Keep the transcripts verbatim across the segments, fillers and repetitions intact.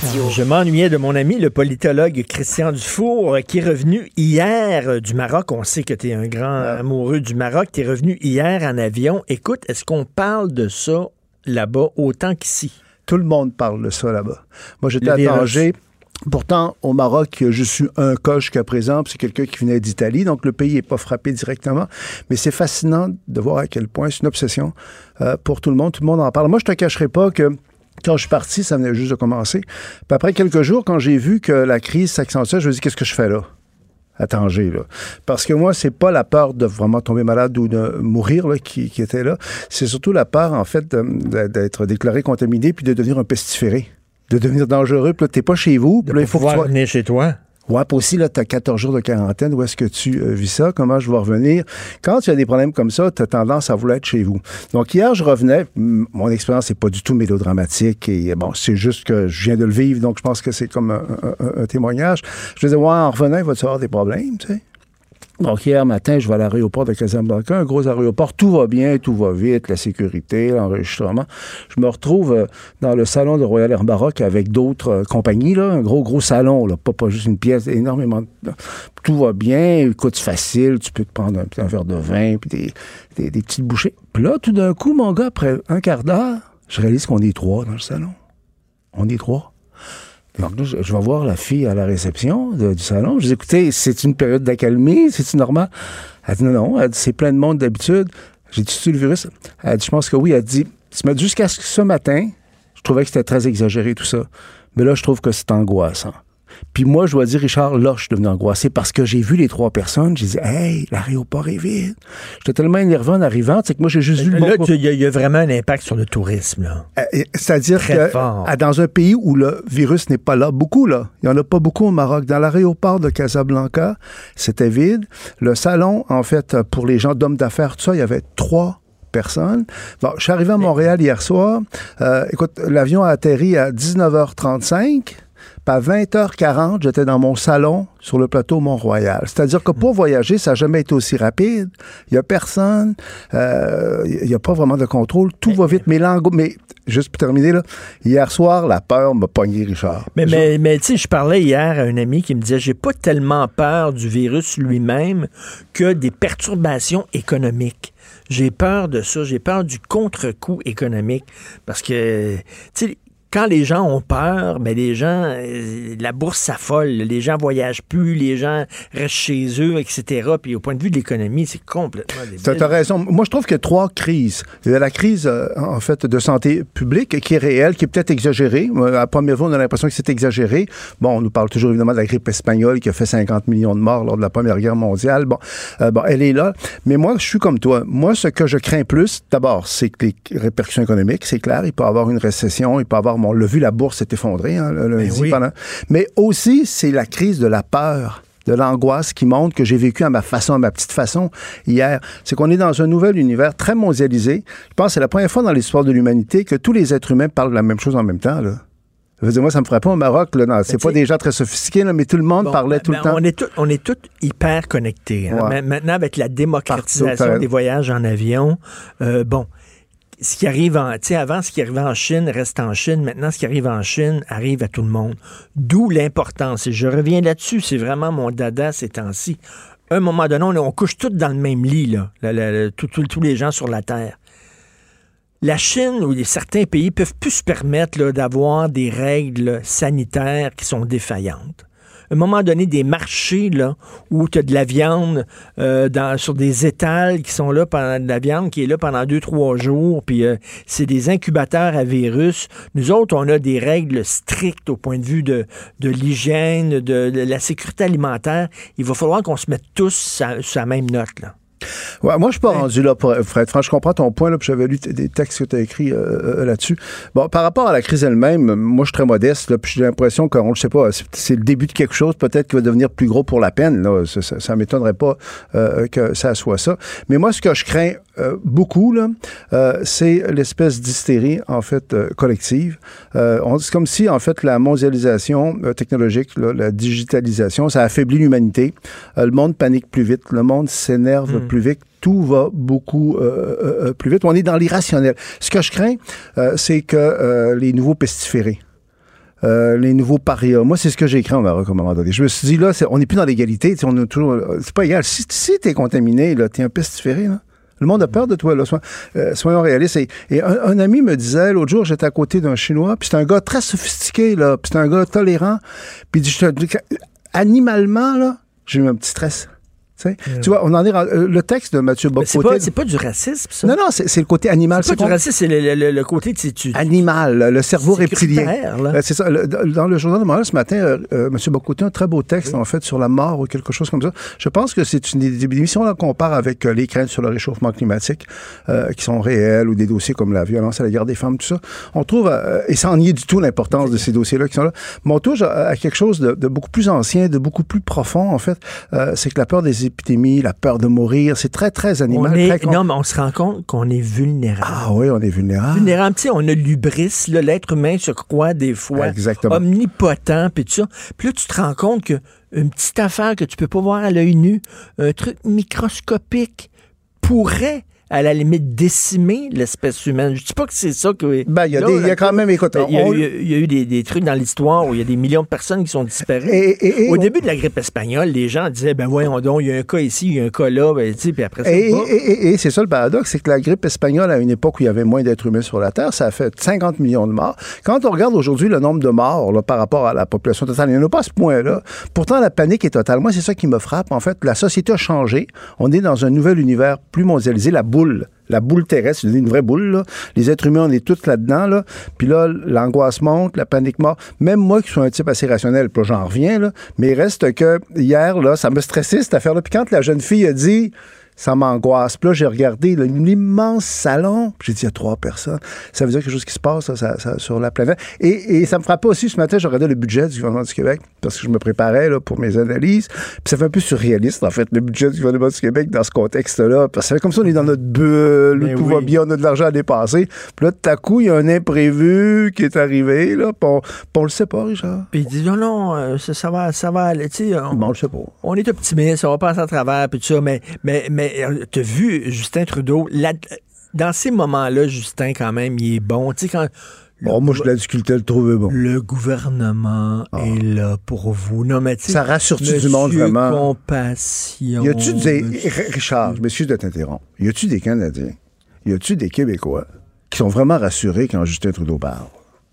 Radio. Je m'ennuyais de mon ami, le politologue Christian Dufour, qui est revenu hier du Maroc. On sait que tu es un grand ouais. amoureux du Maroc. Tu es revenu hier en avion. Écoute, est-ce qu'on parle de ça là-bas autant qu'ici? Tout le monde parle de ça là-bas. Moi, j'étais à Tanger. Pourtant, au Maroc, je suis un cas jusqu'à présent, c'est quelqu'un qui venait d'Italie, donc le pays n'est pas frappé directement. Mais c'est fascinant de voir à quel point c'est une obsession euh, pour tout le monde. Tout le monde en parle. Moi, je te cacherai pas que quand je suis parti, ça venait juste de commencer. Puis après quelques jours, quand j'ai vu que la crise s'accentuait, je me dis, qu'est-ce que je fais là? À Tanger, là. Parce que moi, c'est pas la peur de vraiment tomber malade ou de mourir là, qui, qui était là. C'est surtout la peur, en fait, de, de, d'être déclaré contaminé puis de devenir un pestiféré. De devenir dangereux, puis là, t'es pas chez vous. Puis là, il faut pouvoir que tu sois... venir chez toi. Ouais, puis aussi, là, t'as quatorze jours de quarantaine. Où est-ce que tu euh, vis ça? Comment je vais revenir? Quand tu as des problèmes comme ça, t'as tendance à vouloir être chez vous. Donc, hier, je revenais. M- mon expérience n'est pas du tout mélodramatique. Et bon, c'est juste que je viens de le vivre. Donc, je pense que c'est comme un, un, un témoignage. Je disais, ouais, en revenant, il va-tu avoir des problèmes, tu sais? Donc, hier matin, je vais à l'aéroport de Casablanca, un gros aéroport. Tout va bien, tout va vite, la sécurité, l'enregistrement. Je me retrouve euh, dans le salon de Royal Air Maroc avec d'autres euh, compagnies, là, un gros, gros salon, là, pas, pas juste une pièce, énormément. De... Tout va bien, écoute, c'est facile, tu peux te prendre un, un verre de vin, puis des, des, des petites bouchées. Puis là, tout d'un coup, mon gars, après un quart d'heure, je réalise qu'on est trois dans le salon. On est trois. Donc, là, je, je vais voir la fille à la réception de, du salon. Je dis, écoutez, c'est une période d'accalmie, c'est-tu normal? Elle dit, non, non, elle dit, c'est plein de monde d'habitude. J'ai dit, tu le virus? Elle dit, je pense que oui. Elle dit, jusqu'à ce matin, je trouvais que c'était très exagéré tout ça. Mais là, je trouve que c'est angoissant. Puis moi, je dois dire, Richard, là, je suis devenu angoissé parce que j'ai vu les trois personnes. J'ai dit, hey, l'aéroport est vide. J'étais tellement énervé en arrivant, c'est que moi, j'ai juste vu le Là, bon... il y, y a vraiment un impact sur le tourisme, là. Euh, c'est-à-dire Très que fort. dans un pays où le virus n'est pas là, beaucoup, là, il n'y en a pas beaucoup au Maroc. Dans l'aéroport de Casablanca, c'était vide. Le salon, en fait, pour les gens d'hommes d'affaires, tout ça, il y avait trois personnes. Bon, je suis arrivé à Montréal hier soir. Euh, écoute, l'avion a atterri à dix-neuf heures trente-cinq. Puis à vingt heures quarante, j'étais dans mon salon sur le plateau Mont-Royal. C'est-à-dire que pour voyager, ça n'a jamais été aussi rapide. Il n'y a personne. Euh, il n'y a pas vraiment de contrôle. Tout mais, va vite. Mais, mais juste pour terminer, là, hier soir, la peur m'a pogné, Richard. Mais, mais, mais tu sais, je parlais hier à un ami qui me disait, j'ai pas tellement peur du virus lui-même que des perturbations économiques. J'ai peur de ça. J'ai peur du contre-coup économique. Parce que, tu sais, quand les gens ont peur, mais les gens, euh, la bourse s'affole, les gens voyagent plus, les gens restent chez eux, et cetera. Puis au point de vue de l'économie, c'est complètement débile. Tu as raison. Moi, je trouve qu'il y a trois crises. Il y a la crise, euh, en fait, de santé publique qui est réelle, qui est peut-être exagérée. À la première fois, on a l'impression que c'est exagéré. Bon, on nous parle toujours évidemment de la grippe espagnole qui a fait cinquante millions de morts lors de la Première Guerre mondiale. Bon, euh, bon, elle est là. Mais moi, je suis comme toi. Moi, ce que je crains plus, d'abord, c'est que les répercussions économiques, c'est clair. Il peut y avoir une récession, il peut y avoir... On l'a vu, la bourse s'est effondrée hein, le lundi. Oui. Pendant... Mais aussi, c'est la crise de la peur, de l'angoisse qui montre que j'ai vécu à ma façon, à ma petite façon hier. C'est qu'on est dans un nouvel univers très mondialisé. Je pense que c'est la première fois dans l'histoire de l'humanité que tous les êtres humains parlent de la même chose en même temps, là. Je veux dire, moi, ça me ferait pas au Maroc. Là, non, c'est pas des gens très sophistiqués, là, mais tout le monde bon, parlait tout ben, le temps. On est tous on est tout hyper connectés. Hein. Ouais. Maintenant, avec la démocratisation Partout, des voyages en avion, euh, bon... Ce qui arrive en, tu sais, avant, ce qui arrivait en Chine reste en Chine. Maintenant, ce qui arrive en Chine arrive à tout le monde. D'où l'importance. Et je reviens là-dessus. C'est vraiment mon dada ces temps-ci. À un moment donné, on, on couche tous dans le même lit, là. Tous les gens sur la Terre. La Chine ou les, certains pays peuvent plus se permettre là, d'avoir des règles sanitaires qui sont défaillantes. À un moment donné, des marchés là, où tu as de la viande euh, dans, sur des étals qui sont là pendant de la viande qui est là pendant deux, trois jours, puis euh, c'est des incubateurs à virus. Nous autres, on a des règles strictes au point de vue de, de l'hygiène, de, de la sécurité alimentaire. Il va falloir qu'on se mette tous sur la même note, là. Ouais, moi, je suis pas rendu là pour, pour être franc. Je comprends ton point, là, puis j'avais lu t- des textes que tu as écrits euh, euh, là-dessus. Bon, par rapport à la crise elle-même, moi, je suis très modeste, là, puis j'ai l'impression qu'on ne sait pas, c'est, c'est le début de quelque chose, peut-être qui va devenir plus gros pour la peine, là. Ça, ça, ça m'étonnerait pas euh, que ça soit ça. Mais moi, ce que je crains euh, beaucoup, là, euh, c'est l'espèce d'hystérie, en fait, euh, collective. Euh, on, c'est comme si, en fait, la mondialisation euh, technologique, là, la digitalisation, ça affaiblit l'humanité. Euh, le monde panique plus vite, le monde s'énerve mmh. plus vite. Tout va beaucoup euh, euh, plus vite. On est dans l'irrationnel. Ce que je crains, euh, c'est que euh, les nouveaux pestiférés, euh, les nouveaux parias. Moi, c'est ce que j'ai écrit en Maroc à un moment donné. Je me suis dit, là, c'est, on n'est plus dans l'égalité. On est toujours, c'est pas égal. Si, si t'es contaminé, là, t'es un pestiféré, là. Le monde a peur de toi, là. Sois, euh, soyons réalistes. Et, et un, un ami me disait, l'autre jour, j'étais à côté d'un Chinois, puis c'est un gars très sophistiqué, là, puis c'est un gars tolérant. Puis il dit, je te, animalement, là, j'ai eu un petit stress. Mmh. Tu vois, on en est euh, le texte de Mathieu Bock-Côté. C'est pas, c'est pas du racisme, ça? Non, non, c'est, c'est le côté animal. C'est, c'est pas du racisme, c'est le, le, le côté... Tu, tu, animal, le cerveau reptilien. Euh, c'est ça. Le, dans le journal de Montréal, ce matin, euh, euh, Mathieu Bock-Côté a un très beau texte, oui. en fait, sur la mort ou quelque chose comme ça. Je pense que c'est une émission là, qu'on part avec euh, les craintes sur le réchauffement climatique, euh, qui sont réelles, ou des dossiers comme la violence à l'égard des femmes, tout ça. On trouve, euh, et sans nier du tout l'importance de ces dossiers-là qui sont là, mais on touche à, à quelque chose de, de beaucoup plus ancien, de beaucoup plus profond, en fait. Euh, c'est que la peur des épidémies, la peur de mourir, c'est très, très animal. On est, très non, mais on se rend compte qu'on est vulnérable. Ah oui, on est vulnérable. Vulnérable, tu sais, on a l'hubris, là, l'être humain se croit des fois Exactement. omnipotent, puis tout ça. Puis là, tu te rends compte que une petite affaire que tu peux pas voir à l'œil nu, un truc microscopique, pourrait à la limite décimer l'espèce humaine. Je dis pas que c'est ça que... Ben, il y a, là, des, il y a quand même... Écoute, il y a, on... il y a eu des, des trucs dans l'histoire où il y a des millions de personnes qui sont disparues. Et, et, et, Au on... début de la grippe espagnole, les gens disaient, ben voyons donc, il y a un cas ici, il y a un cas là, ben, tu sais, puis après ça... Et, et, et, et c'est ça le paradoxe, c'est que la grippe espagnole, à une époque où il y avait moins d'êtres humains sur la Terre, ça a fait cinquante millions de morts. Quand on regarde aujourd'hui le nombre de morts là, par rapport à la population totale, il n'y en a pas à ce point-là. Pourtant, la panique est totale. Moi, c'est ça qui me frappe. En fait, la société a changé. On est dans un nouvel univers plus mondialisé. La boule... La boule terrestre, c'est une vraie boule, là. Les êtres humains, on est tous là-dedans, là. Puis là, l'angoisse monte, la panique monte. Même moi, qui suis un type assez rationnel, puis là, j'en reviens, là. Mais il reste que hier, là, ça me stressait, cette affaire-là. Puis quand la jeune fille a dit... Ça m'angoisse. Puis là, j'ai regardé là, un immense salon. Puis j'ai dit, il y a trois personnes. Ça veut dire quelque chose qui se passe là, ça, ça, sur la planète. Et, et ça me frappait aussi ce matin, je regardais le budget du gouvernement du Québec parce que je me préparais là, pour mes analyses. Puis ça fait un peu surréaliste, en fait, le budget du gouvernement du Québec dans ce contexte-là. Parce que ça fait comme ça, on est dans notre bulle, mais tout oui. va bien, on a de l'argent à dépenser. Puis là, tout à coup, il y a un imprévu qui est arrivé. Là, puis on, puis on le sait pas, Richard. Puis il dit, non, non, ça, ça va, ça va aller. Tu sais, on, bon, on le sait pas. On est optimiste, on va passer à travers, puis tout ça, mais... mais, mais t'as vu Justin Trudeau, là, dans ces moments-là, Justin, quand même, il est bon. Tu sais, quand... Bon, moi, j'ai de la difficulté à le trouver bon. Le gouvernement oh. est là pour vous. Non, mais tu sais... Ça rassure-tu du monde, vraiment? Compassion. Y a-tu des... Richard, je m'excuse de t'interrompre. Y a-tu des Canadiens, y a-tu des Québécois qui sont vraiment rassurés quand Justin Trudeau parle?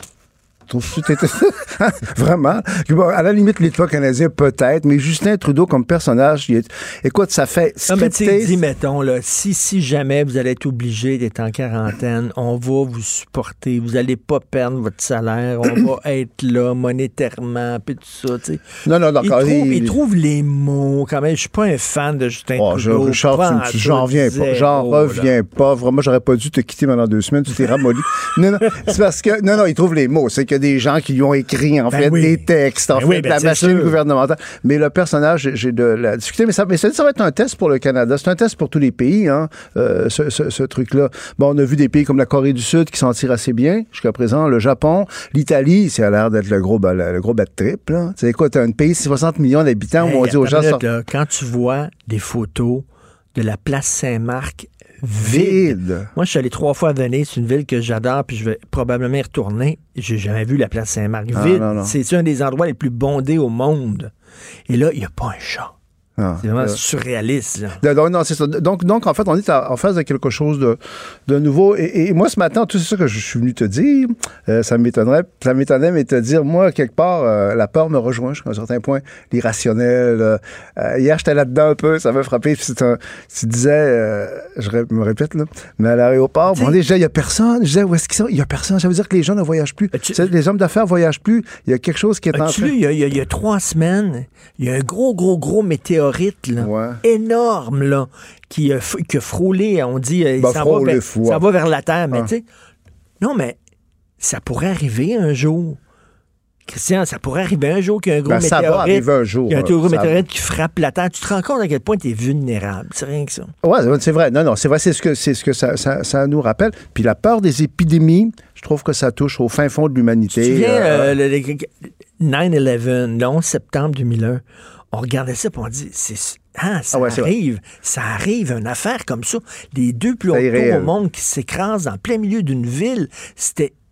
Vraiment. À la limite, l'État canadien, peut-être, mais Justin Trudeau, comme personnage, il est... écoute, ça fait scripté... Non, mais dis, mettons, là, si, si jamais vous allez être obligé d'être en quarantaine, on va vous supporter, vous n'allez pas perdre votre salaire, on va être là monétairement, puis tout ça, tu sais. Non, non, d'accord. Il, trouve, il... il trouve les mots, quand même. Je suis pas un fan de Justin oh, Trudeau. Je, Richard, tu, tu, j'en reviens pas. J'en oh, reviens là. pas. Vraiment, j'aurais pas dû te quitter pendant deux semaines. Tu t'es ramolli. non, non, c'est parce que... Non, non, il trouve les mots. C'est que des gens qui lui ont écrit, en ben fait, oui. des textes, en ben fait, oui, ben la machine sûr. gouvernementale. Mais le personnage, j'ai de la difficulté. Mais ça, mais ça, ça va être un test pour le Canada. C'est un test pour tous les pays, hein, euh, ce, ce, ce truc-là. Bon, on a vu des pays comme la Corée du Sud qui s'en tirent assez bien, jusqu'à présent. Le Japon, l'Italie, ça a l'air d'être le gros, le, le gros bad trip, là. Tu sais quoi, t'as un pays de soixante millions d'habitants hey, où on dit aux gens... Minute, là, quand tu vois des photos de la place Saint-Marc Vide. Vide. Moi, je suis allé trois fois à Venise. C'est une ville que j'adore, puis je vais probablement y retourner. J'ai jamais vu la place Saint-Marc vide. Non, non, non. C'est un des endroits les plus bondés au monde. Et là, il n'y a pas un chat. Ah, c'est vraiment euh, surréaliste. Là. Donc, non, c'est ça. Donc, donc, en fait, on est en face de quelque chose de, de nouveau. Et, et moi, ce matin, tout ça que je suis venu te dire, euh, ça m'étonnerait, ça m'étonnait, mais te dire, moi, quelque part, euh, la peur me rejoint jusqu'à un certain point. L'irrationnel. Euh, hier, j'étais là-dedans un peu, ça m'a frappé. Puis un, tu disais, euh, je me répète, là, mais à l'aéroport, bon, déjà, il n'y a personne. Je disais, où est-ce qu'ils sont? Il n'y a personne. Ça veut dire que les gens ne voyagent plus. Tu... Les hommes d'affaires ne voyagent plus. Il y a quelque chose qui est en train... Il y a, il y a, il y a trois semaines, il y a un gros, gros, gros météorite. Là, ouais. énorme, là, qui, euh, qui a frôlé, on dit, euh, bah, ça, va vers, ça va vers la Terre, mais ah. tu sais, non, mais ça pourrait arriver un jour. Christian, ça pourrait arriver un jour qu'il y a un gros ben, météorite. Ça va arriver un jour. Il y a un gros météorite va. qui frappe la Terre. Tu te rends compte à quel point tu es vulnérable. C'est rien que ça. Oui, c'est vrai. Non, non, c'est vrai. C'est ce que, c'est ce que ça, ça, ça nous rappelle. Puis la peur des épidémies, je trouve que ça touche au fin fond de l'humanité. Tu te souviens, euh, euh, le, le neuf onze, le onze septembre deux mille un, on regardait ça et on dit, c'est, ah, ça ah ouais, arrive, ça arrive, une affaire comme ça. Les deux plus hauts taux au monde qui s'écrasent en plein milieu d'une ville, c'était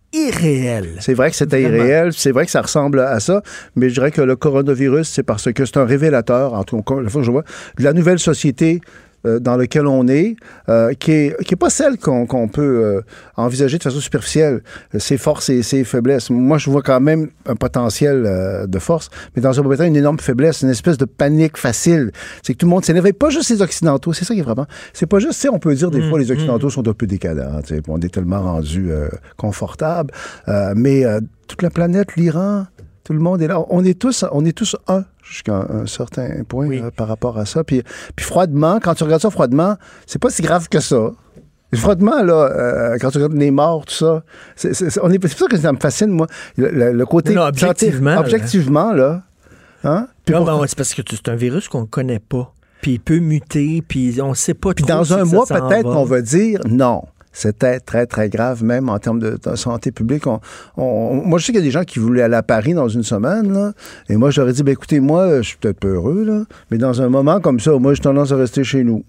irréel. C'est vrai que c'était Vraiment. irréel, c'est vrai que ça ressemble à ça, mais je dirais que le coronavirus, c'est parce que c'est un révélateur, en tout cas, la fois que je vois, de la nouvelle société euh, dans laquelle on est, euh, qui est qui est pas celle qu'on, qu'on peut euh, envisager de façon superficielle. Ses forces et ses faiblesses. Moi, je vois quand même un potentiel euh, de force, mais dans un moment, une énorme faiblesse, une espèce de panique facile. C'est que tout le monde s'énerve. Pas juste les Occidentaux, c'est ça qui est vraiment... C'est pas juste, tu sais, on peut dire des mmh, fois, les Occidentaux mmh. sont un peu décadents, tu sais, on est tellement rendus euh, confortables, euh, mais euh, toute la planète, l'Iran... Tout le monde est là. On est tous, on est tous un jusqu'à un, un certain point oui. euh, par rapport à ça. Puis, puis froidement, quand tu regardes ça froidement, c'est pas si grave que ça. Froidement, là, euh, quand tu regardes les morts, tout ça, c'est, c'est, c'est, on est, c'est pour ça que ça me fascine, moi. Le, le, le côté... Non, objectivement. Santé, objectivement, là. Hein? Puis non, pour... ben, c'est parce que c'est un virus qu'on ne connaît pas. Puis il peut muter, puis on ne sait pas puis trop. Puis dans un mois, peut-être va. qu'on va dire non. C'était très, très grave, même en termes de, de santé publique. On, on, moi, je sais qu'il y a des gens qui voulaient aller à Paris dans une semaine, là, et moi, je leur ai dit, ben, écoutez, moi, je suis peut-être peu heureux, là, mais dans un moment comme ça, moi, j'ai tendance à rester chez nous.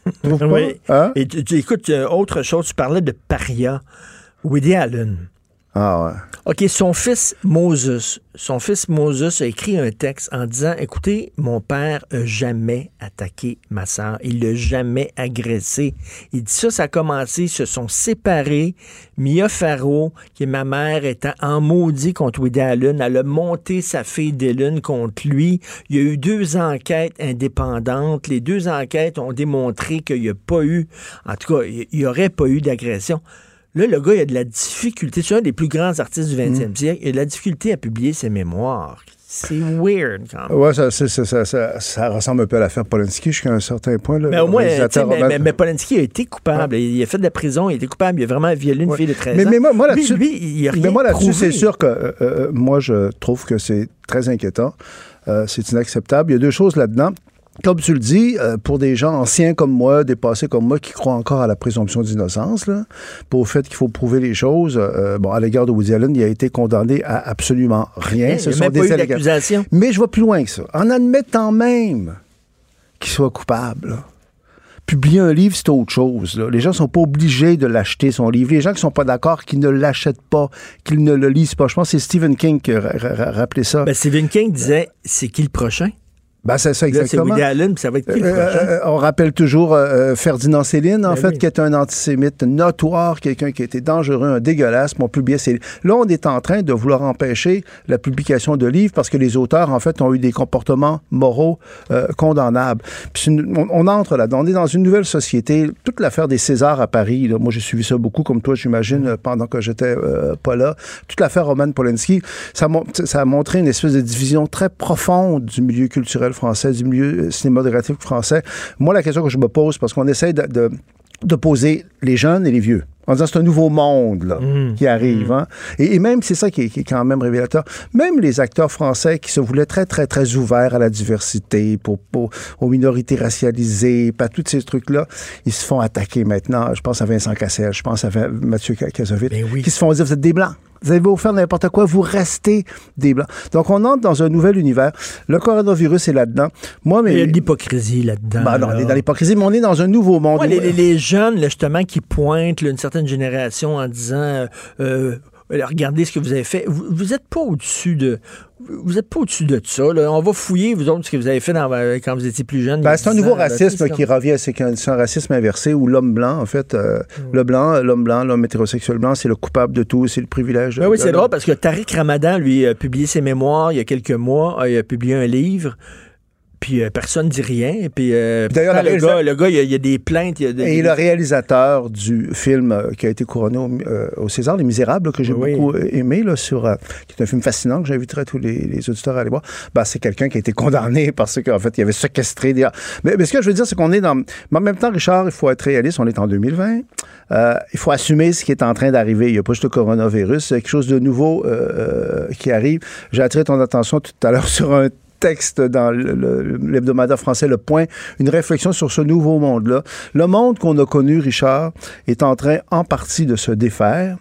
Oui. Hein? Et tu, tu, écoute, euh, autre chose, tu parlais de paria. Woody Allen. Ah ouais. OK, son fils Moses, son fils Moses a écrit un texte en disant, écoutez, mon père n'a jamais attaqué ma sœur, il l'a jamais agressé. Il dit ça, ça a commencé, ils se sont séparés. Mia Farrow, qui est ma mère, était en maudit contre Woody Allen. Elle a monté sa fille Dylan contre lui. Il y a eu deux enquêtes indépendantes. Les deux enquêtes ont démontré qu'il n'y a pas eu, en tout cas, il n'y aurait pas eu d'agression. Là, le gars, il a de la difficulté. C'est un des plus grands artistes du vingtième mmh. siècle. Il a de la difficulté à publier ses mémoires. C'est weird, quand même. Oui, ça, ça, ça, ça, ça ressemble un peu à l'affaire Polanski jusqu'à un certain point. Là, mais au moins, mais, mais, mais Polanski a été coupable. Ouais. Il a fait de la prison, il a été coupable. Il a vraiment violé une ouais. fille de treize mais, ans. Mais moi, moi là-dessus, lui, lui, il a rien mais moi, là-dessus, prouvé. c'est sûr que euh, euh, moi, je trouve que c'est très inquiétant. Euh, c'est inacceptable. Il y a deux choses là-dedans. Comme tu le dis, euh, pour des gens anciens comme moi, dépassés comme moi, qui croient encore à la présomption d'innocence, là, pour le fait qu'il faut prouver les choses, euh, bon, à l'égard de Woody Allen, il a été condamné à absolument rien. Il Ce n'y a sont même des pas eu allégations. d'accusation. Mais je vais plus loin que ça. En admettant même qu'il soit coupable, là, publier un livre, c'est autre chose. Là. Les gens ne sont pas obligés de l'acheter, son livre. Les gens qui ne sont pas d'accord, qui ne l'achètent pas, qu'ils ne le lisent pas. Je pense que c'est Stephen King qui a rappelé ça. Ben, Stephen King disait, c'est qui le prochain? Ben, c'est ça, exactement. Là, c'est Woody Allen, puis ça va être qui le euh, prochain? Euh, on rappelle toujours euh, Ferdinand Céline, en ben fait, oui. qui est un antisémite notoire, quelqu'un qui a été dangereux, un dégueulasse, pour publier ses livres. Là, on est en train de vouloir empêcher la publication de livres parce que les auteurs, en fait, ont eu des comportements moraux euh, condamnables. Puis une, on, on entre là, on est dans une nouvelle société. Toute l'affaire des Césars à Paris, là, moi, j'ai suivi ça beaucoup, comme toi, j'imagine, mmh. pendant que j'étais euh, pas là. Toute l'affaire Roman Polanski, ça, ça a montré une espèce de division très profonde du milieu culturel français, du milieu cinématographique français. Moi, la question que je me pose, parce qu'on essaie de, de, de poser les jeunes et les vieux, en disant c'est un nouveau monde là, mmh. qui arrive. Hein? Et, et même, c'est ça qui est, qui est quand même révélateur, même les acteurs français qui se voulaient très, très, très ouverts à la diversité, pour, pour, aux minorités racialisées, pas tous ces trucs-là, ils se font attaquer maintenant. Je pense à Vincent Cassel, je pense à Mathieu Kassovitz, oui. qui se font dire, vous êtes des Blancs. Vous avez beau faire n'importe quoi, vous restez des Blancs. Donc, on entre dans un nouvel univers. Le coronavirus est là-dedans. Moi, mais... Il y a de l'hypocrisie là-dedans. Ben non, là. On est dans l'hypocrisie, mais on est dans un nouveau monde. Ouais, les, les, les jeunes, là, justement, qui pointent là, une certaine génération en disant... Euh, regardez ce que vous avez fait. Vous n'êtes pas au-dessus de... Vous n'êtes pas au-dessus de ça. Là. On va fouiller, vous autres, ce que vous avez fait dans, quand vous étiez plus jeune. Ben, c'est un nouveau ans, racisme là, qui comme... revient. C'est un, c'est un racisme inversé où l'homme blanc, en fait, euh, mmh. le blanc, l'homme blanc, l'homme hétérosexuel blanc, c'est le coupable de tout, c'est le privilège. Ben oui, c'est l'homme. drôle parce que Tariq Ramadan, lui, a publié ses mémoires il y a quelques mois. Il a publié un livre. Puis euh, personne ne dit rien. Et puis, euh, D'ailleurs, le, réalisa... gars, le gars, il y, a, il y a des plaintes. Il y a des... Et le réalisateur du film euh, qui a été couronné au, euh, au César, Les Misérables, là, que j'ai oui. beaucoup aimé, là, sur, euh, qui est un film fascinant que j'inviterais tous les, les auditeurs à aller voir, ben, c'est quelqu'un qui a été condamné parce qu'en fait, il avait séquestré des... Mais, mais ce que je veux dire, c'est qu'on est dans... Mais en même temps, Richard, il faut être réaliste, on est en deux mille vingt. Euh, il faut assumer ce qui est en train d'arriver. Il n'y a pas juste le coronavirus, c'est quelque chose de nouveau euh, qui arrive. J'ai attiré ton attention tout à l'heure sur un texte dans le, le, l'hebdomadaire français Le Point, une réflexion sur ce nouveau monde-là. Le monde qu'on a connu, Richard, est en train en partie de se défaire.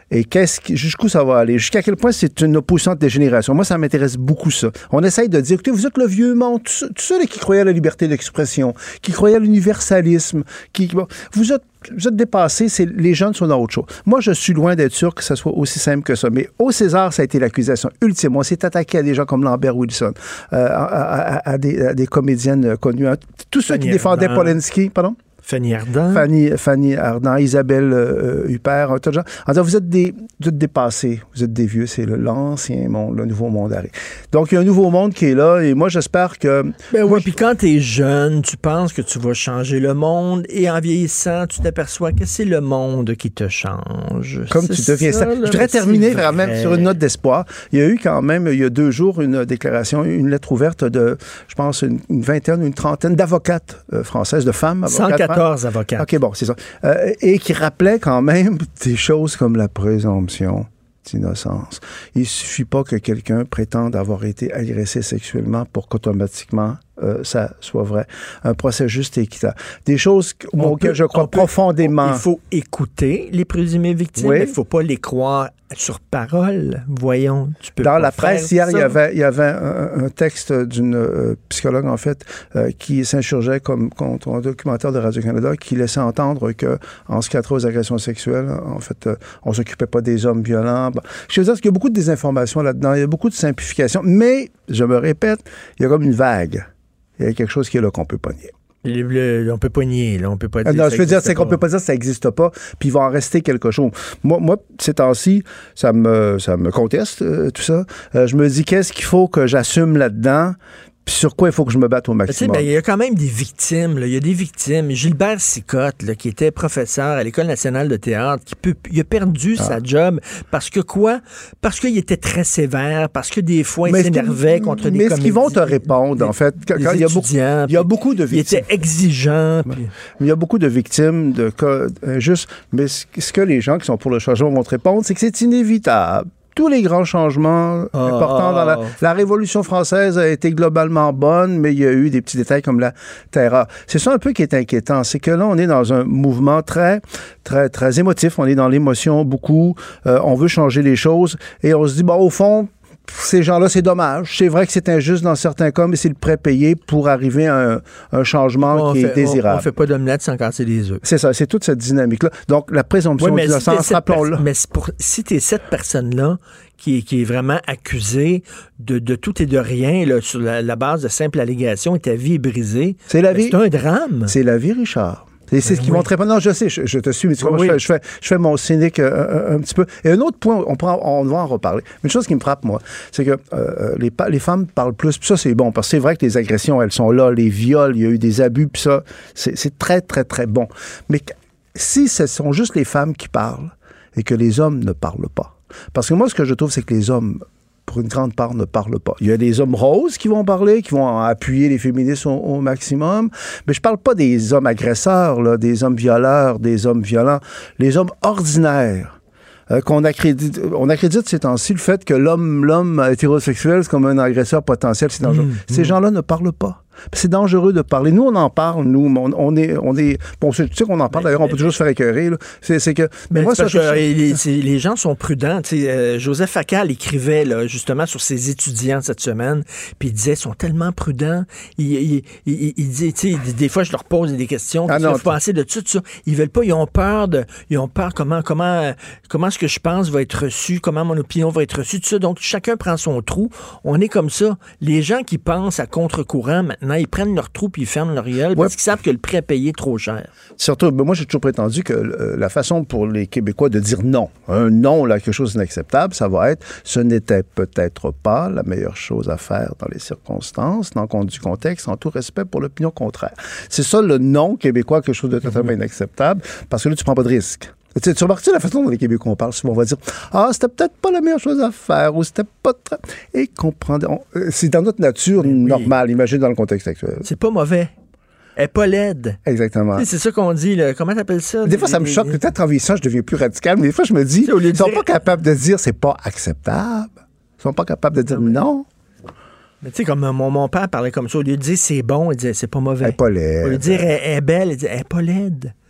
Et qu'est-ce qui, jusqu'où ça va aller? Jusqu'à quel point c'est une opposition des générations? Moi, ça m'intéresse beaucoup, ça. On essaye de dire, écoutez, vous êtes le vieux monde, tous ceux qui croyaient à la liberté d'expression, qui croyaient à l'universalisme, qui, bon, vous êtes Vous êtes dépassés, c'est, les jeunes sont dans autre chose. Moi, je suis loin d'être sûr que ça soit aussi simple que ça. Mais au César, ça a été l'accusation ultime. On s'est attaqué à des gens comme Lambert Wilson, euh, à, à, à, des, à des comédiennes connues. Tous ceux qui défendaient Polanski, pardon? Fanny Ardant. Fanny, Fanny Ardant, Isabelle euh, Huppert, un tas de gens. En disant, vous êtes des, vous êtes dépassés, vous êtes des vieux, c'est le, l'ancien monde, le nouveau monde arrive. Donc, il y a un nouveau monde qui est là, et moi, j'espère que... Ben oui, puis quand t'es jeune, tu penses que tu vas changer le monde, et en vieillissant, tu t'aperçois que c'est le monde qui te change. Comme c'est tu deviens ça. ça. Je voudrais terminer vraiment sur une note d'espoir. Il y a eu quand même, il y a deux jours, une déclaration, une lettre ouverte de, je pense, une, une vingtaine, une trentaine d'avocates euh, françaises, de femmes avocates. cent quatorze avocats. OK, bon, c'est ça. Euh, et qui rappelait quand même des choses comme la présomption d'innocence. Il suffit pas que quelqu'un prétende avoir été agressé sexuellement pour qu'automatiquement euh, ça soit vrai. Un procès juste et équitable. Des choses auxquelles je crois peut, profondément. On, il faut écouter les présumées victimes, oui. mais il faut pas les croire sur parole. Voyons, tu peux Dans pas la presse, hier, ça. il y avait, il y avait un, un texte d'une euh, psychologue, en fait, euh, qui s'insurgeait comme, contre un documentaire de Radio-Canada qui laissait entendre que, en ce qui a trait aux agressions sexuelles, en fait, euh, on s'occupait pas des hommes violents. Bon, je veux dire qu'il y a beaucoup de désinformation là-dedans, il y a beaucoup de simplification, mais, je me répète, il y a comme une vague. Il y a quelque chose qui est là qu'on peut pogner. Le, le, on peut pas nier, là, on peut pas dire. Ah non, je veux dire, c'est qu'on peut pas dire que ça n'existe pas, puis il va en rester quelque chose. Moi, moi ces temps-ci, ça me, ça me conteste, euh, tout ça. Euh, je me dis, qu'est-ce qu'il faut que j'assume là-dedans? Puis sur quoi il faut que je me batte au maximum? Tu sais, ben, il y a quand même des victimes. Là. Il y a des victimes. Gilbert Sicotte, là, qui était professeur à l'École nationale de théâtre, qui peut, il a perdu ah. sa job parce que quoi? Parce qu'il était très sévère, parce que des fois, il mais s'énervait contre des comédiens. Mais ce qu'ils vont te répondre, en fait, quand, quand il, y a beaucoup, il y a beaucoup de victimes. Il était exigeant. Puis... Il y a beaucoup de victimes de cas injustes. Mais ce que les gens qui sont pour le changement vont te répondre, c'est que c'est inévitable. Tous les grands changements oh, importants dans la... La Révolution française a été globalement bonne, mais il y a eu des petits détails comme la terreur. C'est ça un peu qui est inquiétant. C'est que là, on est dans un mouvement très, très, très émotif. On est dans l'émotion beaucoup. Euh, on veut changer les choses. Et on se dit, bon, au fond, ces gens-là, c'est dommage. C'est vrai que c'est injuste dans certains cas, mais c'est le prêt payé pour arriver à un, un changement on qui fait, est désirable. On ne fait pas d'omelette sans casser les œufs. C'est ça, c'est toute cette dynamique-là. Donc, la présomption oui, d'innocence, si rappelons-le. Mais pour, si tu es cette personne-là qui, qui est vraiment accusée de, de tout et de rien là, sur la, la base de simples allégations et ta vie est brisée, c'est, la vie, c'est un drame. C'est la vie, Richard. C'est, c'est ben ce qu'ils oui. vont très pas. Non, je sais, je, je te suis, mais tu vois, oui. moi, je, fais, je, fais, je fais mon cynique euh, un, un petit peu. Et un autre point, on, prend, on va en reparler. Mais une chose qui me frappe, moi, c'est que euh, les, les femmes parlent plus. Puis ça, c'est bon, parce que c'est vrai que les agressions, elles sont là, les viols, il y a eu des abus, puis ça, c'est, c'est très, très, très bon. Mais si ce sont juste les femmes qui parlent et que les hommes ne parlent pas, parce que moi, ce que je trouve, c'est que les hommes, pour une grande part, ne parlent pas. Il y a des hommes roses qui vont parler, qui vont appuyer les féministes au, au maximum, mais je parle pas des hommes agresseurs, là, des hommes violeurs, des hommes violents. Les hommes ordinaires, euh, qu'on accrédite, on accrédite ces temps-ci le fait que l'homme, l'homme hétérosexuel, c'est comme un agresseur potentiel, c'est dangereux. Mmh, ces mmh. gens-là ne parlent pas. C'est dangereux de parler. Nous, on en parle, nous, on, on est... On est bon, tu sais qu'on en parle, mais, d'ailleurs, on peut toujours se faire écœurer. Là. C'est, c'est que... Mais, mais moi, ça... Que, je... les, les gens sont prudents. Euh, Joseph Facal écrivait, là, justement, sur ses étudiants cette semaine, puis il disait, ils sont tellement prudents. Il, il, il, il dit, tu sais, des fois, je leur pose des questions. Ah, non, tu penser de tout ça. Ils veulent pas, ils ont peur de... Ils ont peur comment, comment, comment ce que je pense va être reçu, comment mon opinion va être reçue, tout ça. Donc, chacun prend son trou. On est comme ça. Les gens qui pensent à contre-courant, maintenant, ils prennent leur trou puis ils ferment leur gueule parce ouais. qu'ils savent que le prix à payer est trop cher. Surtout, ben moi, j'ai toujours prétendu que euh, la façon pour les Québécois de dire non, un non, là, quelque chose d'inacceptable, ça va être « ce n'était peut-être pas la meilleure chose à faire dans les circonstances, dans le compte du contexte, en tout respect pour l'opinion contraire ». C'est ça le non québécois, quelque chose de totalement mm-hmm. inacceptable, parce que là, tu prends pas de risque. Tu, tu remarques-tu la façon dont les Québécois on parle? Souvent, on va dire « Ah, c'était peut-être pas la meilleure chose à faire » ou « c'était pas très... » Et comprendre... On, c'est dans notre nature oui. normale, imagine dans le contexte actuel. C'est pas mauvais. Elle n'est pas laide. Exactement. C'est ça qu'on dit. Là. Comment t'appelles ça? Des fois, ça me choque. Peut-être en vieillissant, je deviens plus radical. Mais des fois, je me dis, ils ne sont dire... pas capables de dire c'est pas acceptable. Ils sont pas capables de dire non. non. Mais tu sais, comme mon, mon père parlait comme ça. Au lieu de dire c'est bon, il disait c'est pas mauvais. Elle n'est pas laide. Au lieu de dire elle est belle, il disait elle n'est pas laide.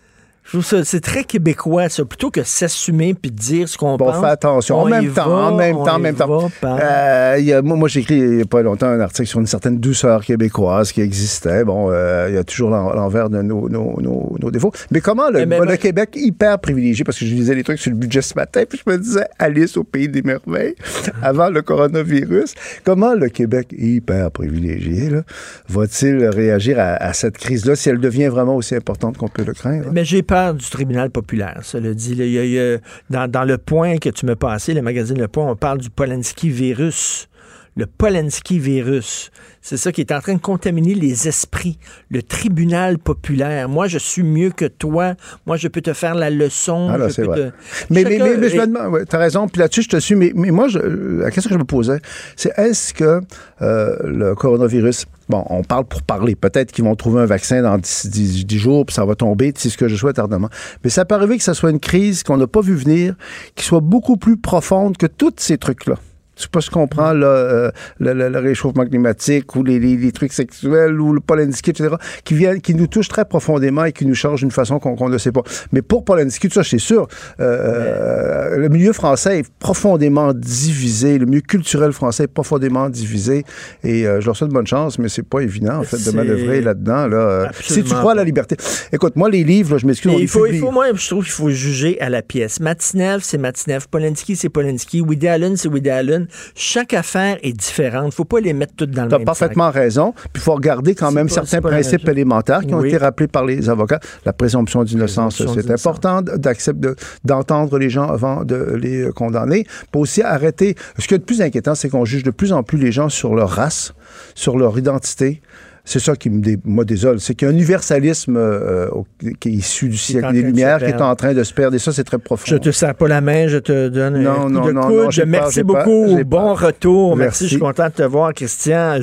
Je trouve ça, c'est très québécois, ça. Plutôt que s'assumer puis de dire ce qu'on bon, pense. On fait attention. En même, temps, va, en même temps, en même temps, par... euh, y a, moi, moi, j'ai écrit il n'y a pas longtemps un article sur une certaine douceur québécoise qui existait. Bon, euh, il y a toujours l'envers de nos, nos, nos, nos défauts. Mais comment le, mais, bon, mais, le Québec hyper privilégié, parce que je lisais les trucs sur le budget ce matin, puis je me disais Alice au pays des merveilles, avant le coronavirus, comment le Québec hyper privilégié là, va-t-il réagir à, à cette crise-là si elle devient vraiment aussi importante qu'on peut le craindre? Mais j'ai peur du tribunal populaire, ça le dit. Il y a, il y a, dans, dans le point que tu m'as passé, le magazine Le Point, on parle du Polanski virus. Le Polanski virus. C'est ça qui est en train de contaminer les esprits. Le tribunal populaire. Moi, je suis mieux que toi. Moi, je peux te faire la leçon. Ah là, je c'est peux vrai. te... Mais, Chacun... mais, mais, mais je me demande, ouais, t'as raison, puis là-dessus, je te suis, mais, mais moi, je, la question que je me posais, c'est est-ce que euh, le coronavirus, bon, on parle pour parler, peut-être qu'ils vont trouver un vaccin dans dix jours, puis ça va tomber, c'est ce que je souhaite ardemment. Mais ça peut arriver que ce soit une crise qu'on n'a pas vu venir, qui soit beaucoup plus profonde que tous ces trucs-là. Je sais pas si je comprends là, euh, le, le, le réchauffement climatique ou les, les, les trucs sexuels ou le Polanski, et cetera, qui viennent, qui nous touchent très profondément et qui nous changent d'une façon qu'on qu'on ne sait pas. Mais pour Polanski, tout ça, c'est sûr, euh, ouais. le milieu français est profondément divisé, le milieu culturel français est profondément divisé et euh, je leur souhaite bonne chance, mais c'est pas évident, en fait, de manœuvrer là-dedans. Là. Si tu crois à la liberté. Écoute, moi, les livres, là, je m'excuse. Il faut, il faut, moi, je trouve qu'il faut juger à la pièce. Matinev, c'est Matinev. Polanski, c'est Polanski. Woody Allen, c'est Woody Allen. Chaque affaire est différente. Il ne faut pas les mettre toutes dans le T'as même sac. T'as parfaitement raison. Puis il faut regarder quand même pas, certains principes élémentaires qui ont oui. été rappelés par les avocats. La présomption d'innocence, c'est important d'accepter d'entendre les gens avant de les condamner. Pour aussi arrêter... Ce qui est le plus inquiétant, c'est qu'on juge de plus en plus les gens sur leur race, sur leur identité. C'est ça qui me dé, moi désole. C'est qu'il y a un universalisme euh, qui est issu du siècle des Lumières qui est en train de se perdre. Et ça, c'est très profond. Je te serre pas la main, je te donne non, un coup non, de non, coude. non, Merci pas, beaucoup. Pas, bon retour. Merci. Merci. Je suis content de te voir, Christian.